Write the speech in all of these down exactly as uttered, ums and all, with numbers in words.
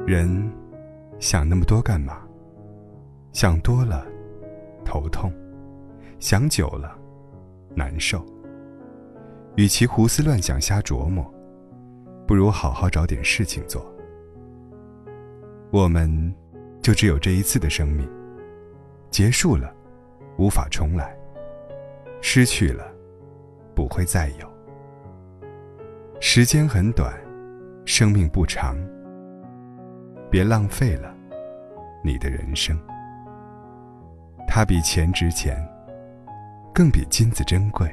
人想那么多干嘛？想多了头痛，想久了难受。与其胡思乱想瞎琢磨，不如好好找点事情做。我们就只有这一次的生命，结束了无法重来，失去了不会再有。时间很短，生命不长，别浪费了你的人生。它比钱值钱，更比金子珍贵。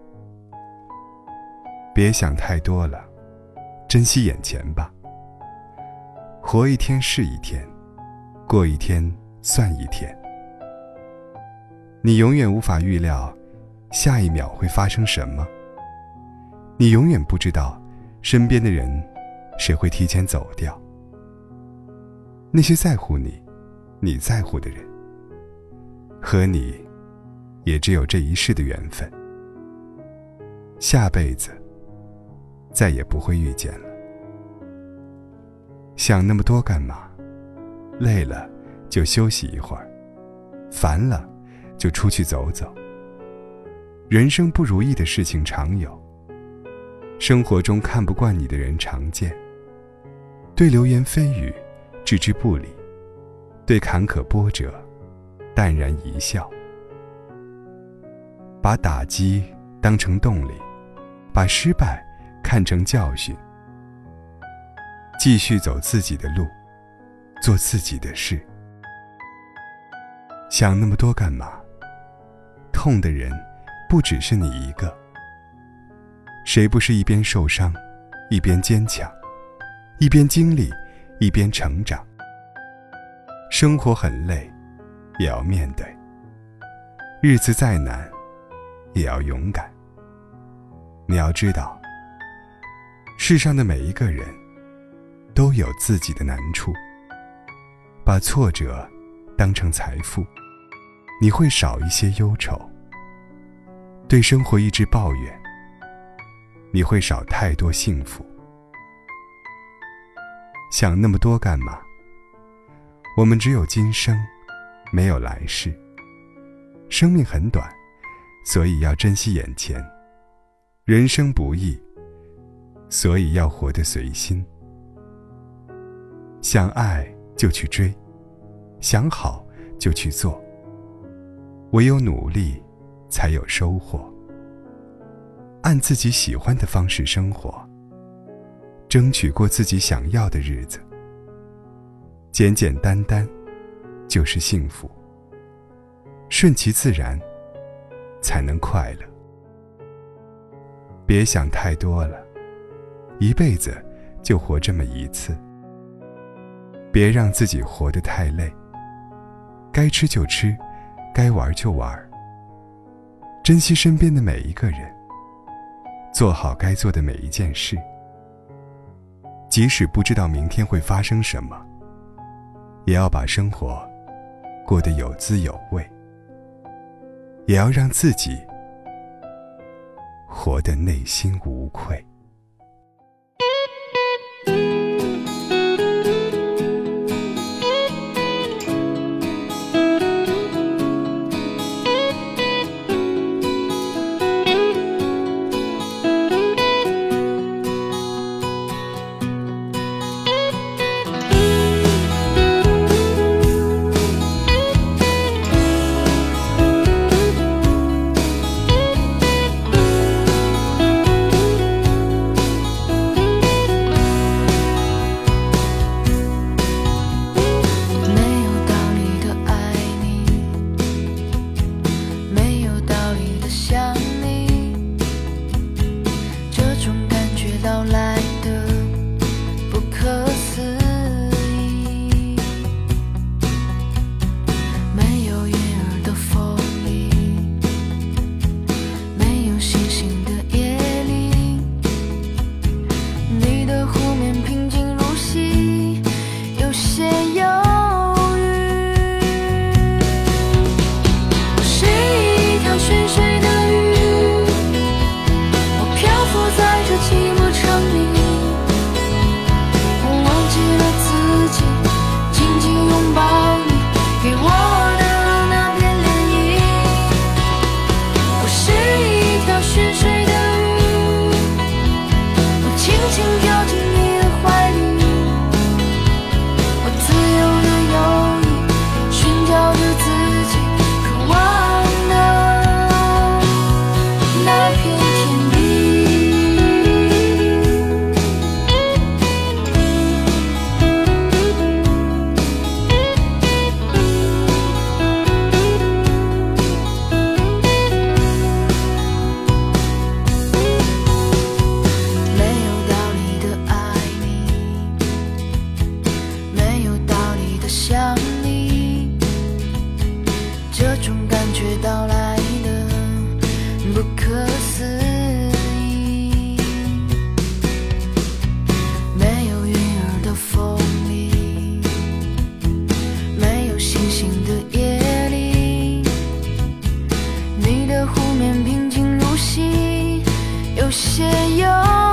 别想太多了，珍惜眼前吧。活一天是一天，过一天算一天。你永远无法预料下一秒会发生什么，你永远不知道身边的人谁会提前走掉。那些在乎你你在乎的人，和你也只有这一世的缘分，下辈子再也不会遇见了。想那么多干嘛？累了就休息一会儿，烦了就出去走走。人生不如意的事情常有，生活中看不惯你的人常见，对流言蜚语置之不理，对坎坷波折淡然一笑。把打击当成动力，把失败看成教训，继续走自己的路，做自己的事。想那么多干嘛？痛的人不只是你一个，谁不是一边受伤一边坚强，一边经历一边成长？生活很累，也要面对；日子再难，也要勇敢。你要知道，世上的每一个人都有自己的难处。把挫折当成财富，你会少一些忧愁；对生活一直抱怨，你会少太多幸福。想那么多干嘛？我们只有今生，没有来世。生命很短，所以要珍惜眼前。人生不易，所以要活得随心。想爱就去追，想好就去做。唯有努力，才有收获。按自己喜欢的方式生活，争取过自己想要的日子。简简单单就是幸福，顺其自然才能快乐。别想太多了，一辈子就活这么一次。别让自己活得太累，该吃就吃，该玩就玩。珍惜身边的每一个人，做好该做的每一件事。即使不知道明天会发生什么，也要把生活过得有滋有味，也要让自己活得内心无愧。 寂寞长鸣，我忘记了自己。 有些忧。